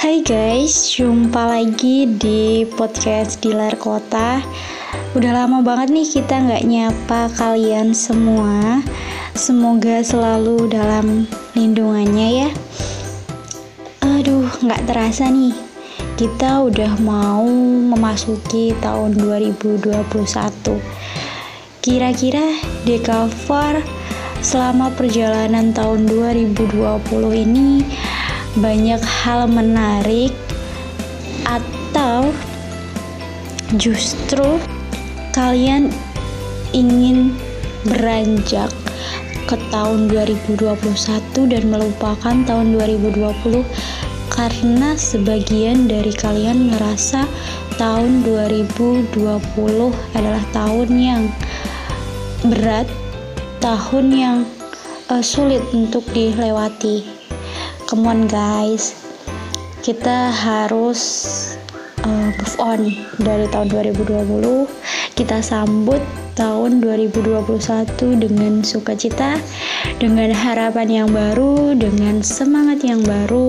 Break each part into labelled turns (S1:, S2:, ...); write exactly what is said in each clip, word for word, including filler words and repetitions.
S1: Hai guys, jumpa lagi di podcast Dilar Kota. Udah lama banget nih kita nggak nyapa kalian semua. Semoga selalu dalam lindungannya ya. Aduh, nggak terasa nih, kita udah mau memasuki tahun dua ribu dua puluh satu. Kira-kira di cover selama perjalanan tahun dua ribu dua puluh ini banyak hal menarik atau justru kalian ingin beranjak ke tahun dua ribu dua puluh satu dan melupakan tahun dua ribu dua puluh karena sebagian dari kalian ngerasa tahun dua ribu dua puluh adalah tahun yang berat, tahun yang uh, sulit untuk dilewati. Come on guys, kita harus uh, move on dari tahun dua ribu dua puluh. Kita sambut tahun dua ribu dua puluh satu dengan sukacita, dengan harapan yang baru, dengan semangat yang baru.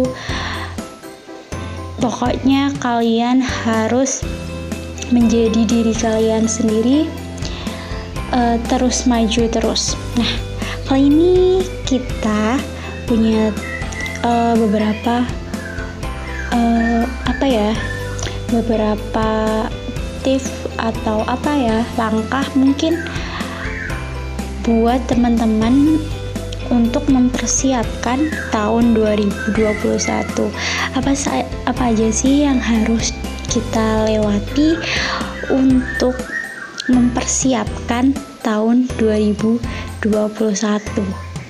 S1: Pokoknya kalian harus menjadi diri kalian sendiri, uh, terus maju terus. Nah, kali ini kita punya Uh, beberapa uh, apa ya beberapa tips atau apa ya langkah mungkin buat teman-teman untuk mempersiapkan tahun dua ribu dua puluh satu. Apa apa aja sih yang harus kita lewati untuk mempersiapkan tahun dua ribu dua puluh satu?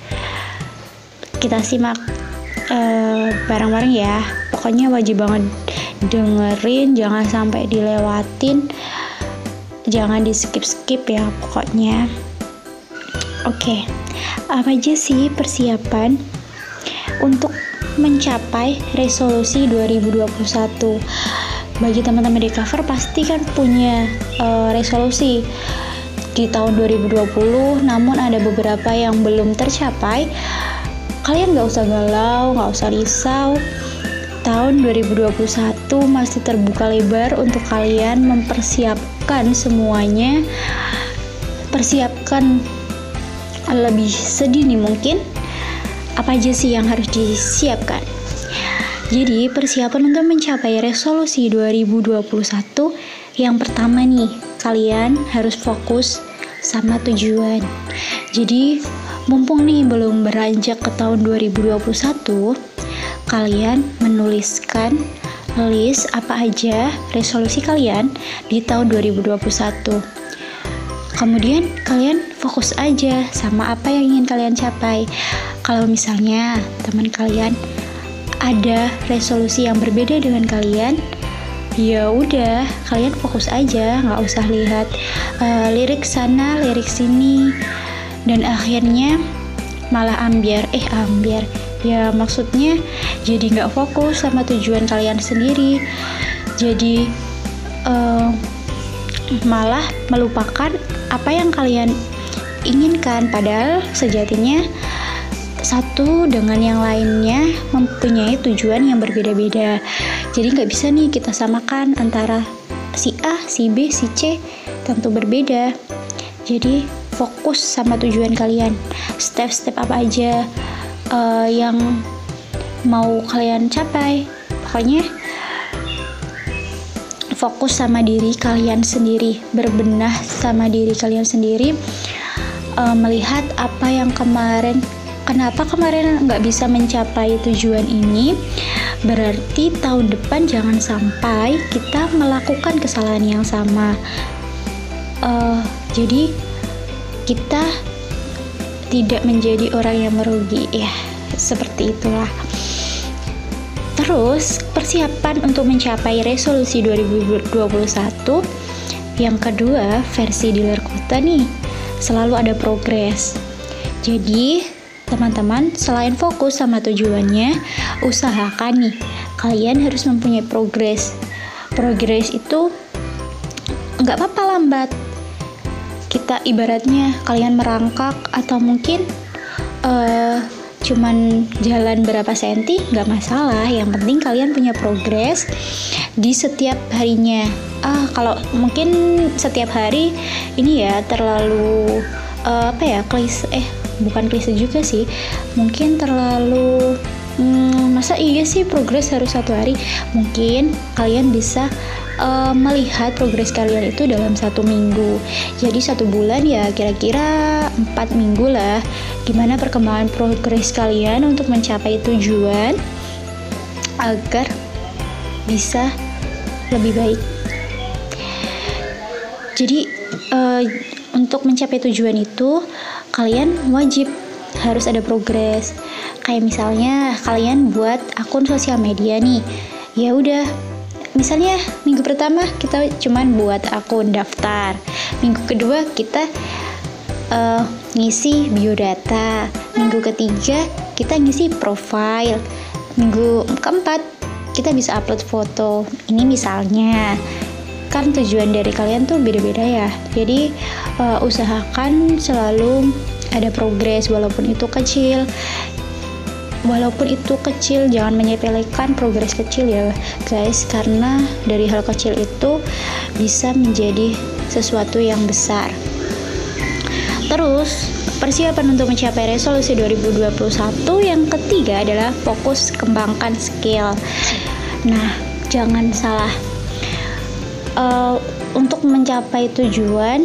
S1: Kita simak Uh, bareng-bareng ya. Pokoknya wajib banget dengerin, jangan sampai dilewatin, jangan di skip-skip ya pokoknya. Oke, okay. Apa aja sih persiapan untuk mencapai resolusi dua ribu dua puluh satu? Bagi teman-teman di cover pasti kan punya uh, resolusi di tahun dua ribu dua puluh, namun ada beberapa yang belum tercapai. Kalian gak usah galau, gak usah risau. Tahun dua ribu dua puluh satu masih terbuka lebar untuk kalian mempersiapkan semuanya. Persiapkan lebih sedini mungkin. Apa aja sih yang harus disiapkan? Jadi persiapan untuk mencapai resolusi dua ribu dua puluh satu, yang pertama nih, kalian harus fokus sama tujuan. Jadi mumpung nih belum beranjak ke tahun dua ribu dua puluh satu, kalian menuliskan list apa aja resolusi kalian di tahun dua ribu dua puluh satu. Kemudian kalian fokus aja sama apa yang ingin kalian capai. Kalau misalnya teman kalian ada resolusi yang berbeda dengan kalian, ya udah kalian fokus aja, nggak usah lihat uh, lirik sana, lirik sini. Dan akhirnya malah ambiar, eh ambiar, ya maksudnya jadi nggak fokus sama tujuan kalian sendiri, jadi uh, malah melupakan apa yang kalian inginkan. Padahal sejatinya satu dengan yang lainnya mempunyai tujuan yang berbeda-beda. Jadi nggak bisa nih kita samakan antara si A, si B, si C, tentu berbeda. Jadi fokus sama tujuan kalian, step-step apa aja uh, yang mau kalian capai. Pokoknya fokus sama diri kalian sendiri, berbenah sama diri kalian sendiri, uh, melihat apa yang kemarin, kenapa kemarin nggak bisa mencapai tujuan ini. Berarti tahun depan jangan sampai kita melakukan kesalahan yang sama. Uh, jadi kita tidak menjadi orang yang merugi ya, seperti itulah. Terus persiapan untuk mencapai resolusi dua ribu dua puluh satu, yang kedua versi Dilar Kota nih, selalu ada progres. Jadi teman-teman selain fokus sama tujuannya, usahakan nih kalian harus mempunyai progres. Progres itu nggak apa-apa lambat. Kita ibaratnya kalian merangkak atau mungkin uh, cuman jalan berapa senti nggak masalah, yang penting kalian punya progres di setiap harinya. Ah kalau mungkin setiap hari ini ya terlalu uh, apa ya klise eh bukan klise juga sih, mungkin terlalu hmm, masa iya sih progres harus satu hari. Mungkin kalian bisa uh, melihat progres kalian itu dalam satu minggu, jadi satu bulan ya kira-kira empat minggu lah, gimana perkembangan progres kalian untuk mencapai tujuan agar bisa lebih baik. Jadi uh, untuk mencapai tujuan itu kalian wajib harus ada progres. Kayak misalnya kalian buat akun sosial media nih, ya udah misalnya minggu pertama kita cuman buat akun daftar, minggu kedua kita uh, ngisi biodata, minggu ketiga kita ngisi profile, minggu keempat kita bisa upload foto. Ini misalnya, kan tujuan dari kalian tuh beda-beda ya, jadi uh, usahakan selalu ada progres walaupun itu kecil. Walaupun itu kecil, jangan menyepelekan progres kecil ya guys, karena dari hal kecil itu bisa menjadi sesuatu yang besar. Terus persiapan untuk mencapai resolusi dua ribu dua puluh satu yang ketiga adalah fokus kembangkan skill. Nah, jangan salah, uh, untuk mencapai tujuan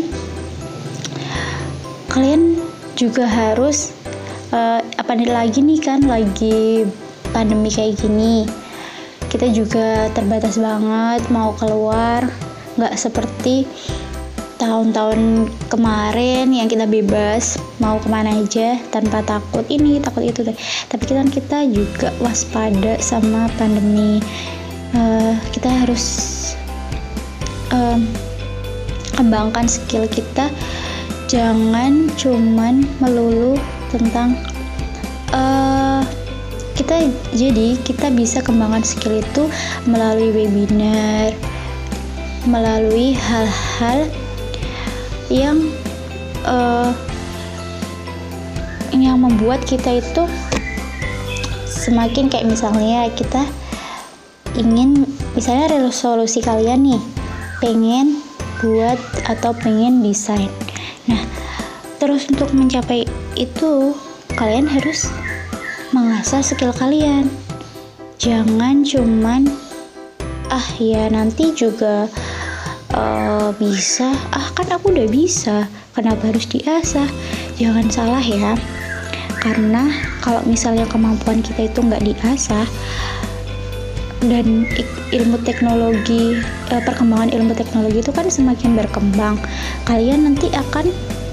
S1: kalian juga harus uh, apa nih lagi nih kan lagi pandemi kayak gini, kita juga terbatas banget mau keluar, nggak seperti tahun-tahun kemarin yang kita bebas mau kemana aja tanpa takut ini takut itu. Tapi kan kita juga waspada sama pandemi. Uh, kita harus uh, kembangkan skill kita, jangan cuman melulu tentang uh, kita. Jadi kita bisa kembangkan skill itu melalui webinar, melalui hal-hal yang uh, yang membuat kita itu semakin kayak misalnya kita ingin, misalnya resolusi kalian nih pengen buat atau pengen desain. Nah, terus untuk mencapai itu kalian harus mengasah skill kalian. Jangan cuman ah ya nanti juga uh, bisa, ah kan aku udah bisa, kenapa harus diasah? Jangan salah ya, karena kalau misalnya kemampuan kita itu nggak diasah dan ilmu teknologi, eh, perkembangan ilmu teknologi itu kan semakin berkembang, kalian nanti akan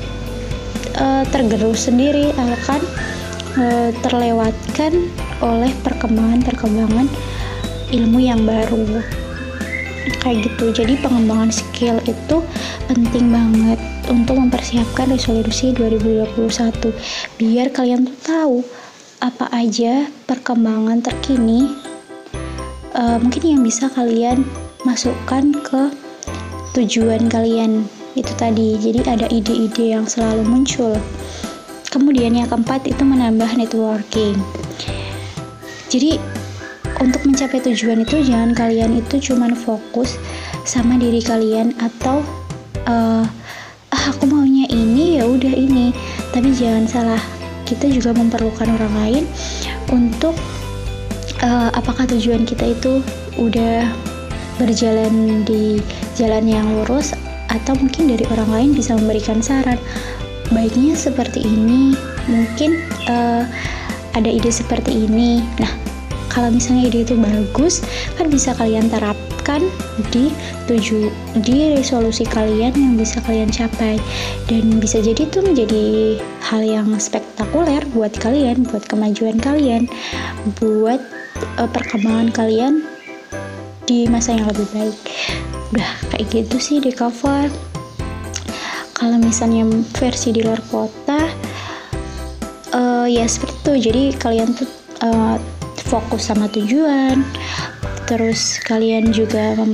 S1: eh, tergerus sendiri, akan eh, terlewatkan oleh perkembangan-perkembangan ilmu yang baru kayak gitu. Jadi pengembangan skill itu penting banget untuk mempersiapkan resolusi dua ribu dua puluh satu, biar kalian tuh tahu apa aja perkembangan terkini uh, mungkin yang bisa kalian masukkan ke tujuan kalian itu tadi. Jadi ada ide-ide yang selalu muncul. Kemudian yang keempat itu menambah networking. Jadi untuk mencapai tujuan itu jangan kalian itu cuman fokus sama diri kalian atau uh, ah aku maunya ini ya udah ini. Tapi jangan salah, kita juga memerlukan orang lain untuk uh, apakah tujuan kita itu udah berjalan di jalan yang lurus, atau mungkin dari orang lain bisa memberikan saran baiknya seperti ini, mungkin uh, ada ide seperti ini. Nah, kalau misalnya ide itu bagus, kan bisa kalian terapkan di tuju di resolusi kalian yang bisa kalian capai, dan bisa jadi itu menjadi hal yang spektakuler buat kalian, buat kemajuan kalian, buat uh, perkembangan kalian di masa yang lebih baik. Udah kayak gitu sih di cover. Kalau misalnya versi di luar kota, uh, ya seperti itu. Jadi kalian tuh uh, fokus sama tujuan, terus kalian juga um,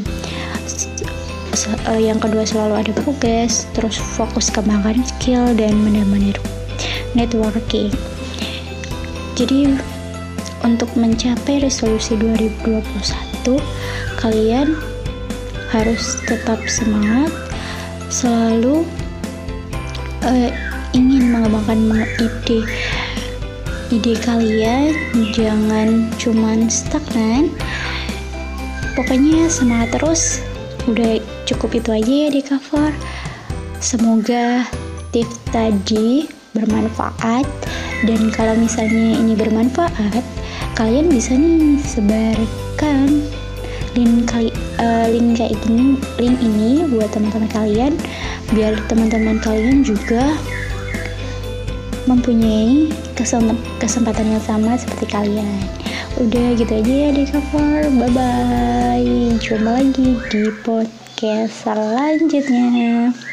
S1: uh, yang kedua selalu ada progres, terus fokus kembangkan skill dan menambah networking. Jadi untuk mencapai resolusi dua ribu dua puluh satu, kalian harus tetap semangat, selalu uh, ingin mengembangkan ide ide kalian, jangan cuman stagnan. Pokoknya semangat terus. Udah cukup itu aja ya di cover. Semoga tips tadi bermanfaat, dan kalau misalnya ini bermanfaat, kalian bisa nih sebarkan link kali uh, link kayak gini link ini buat teman-teman kalian, biar teman-teman kalian juga mempunyai kesempatan yang sama seperti kalian. Udah gitu aja ya di cover. Bye bye. Jumpa lagi di podcast selanjutnya.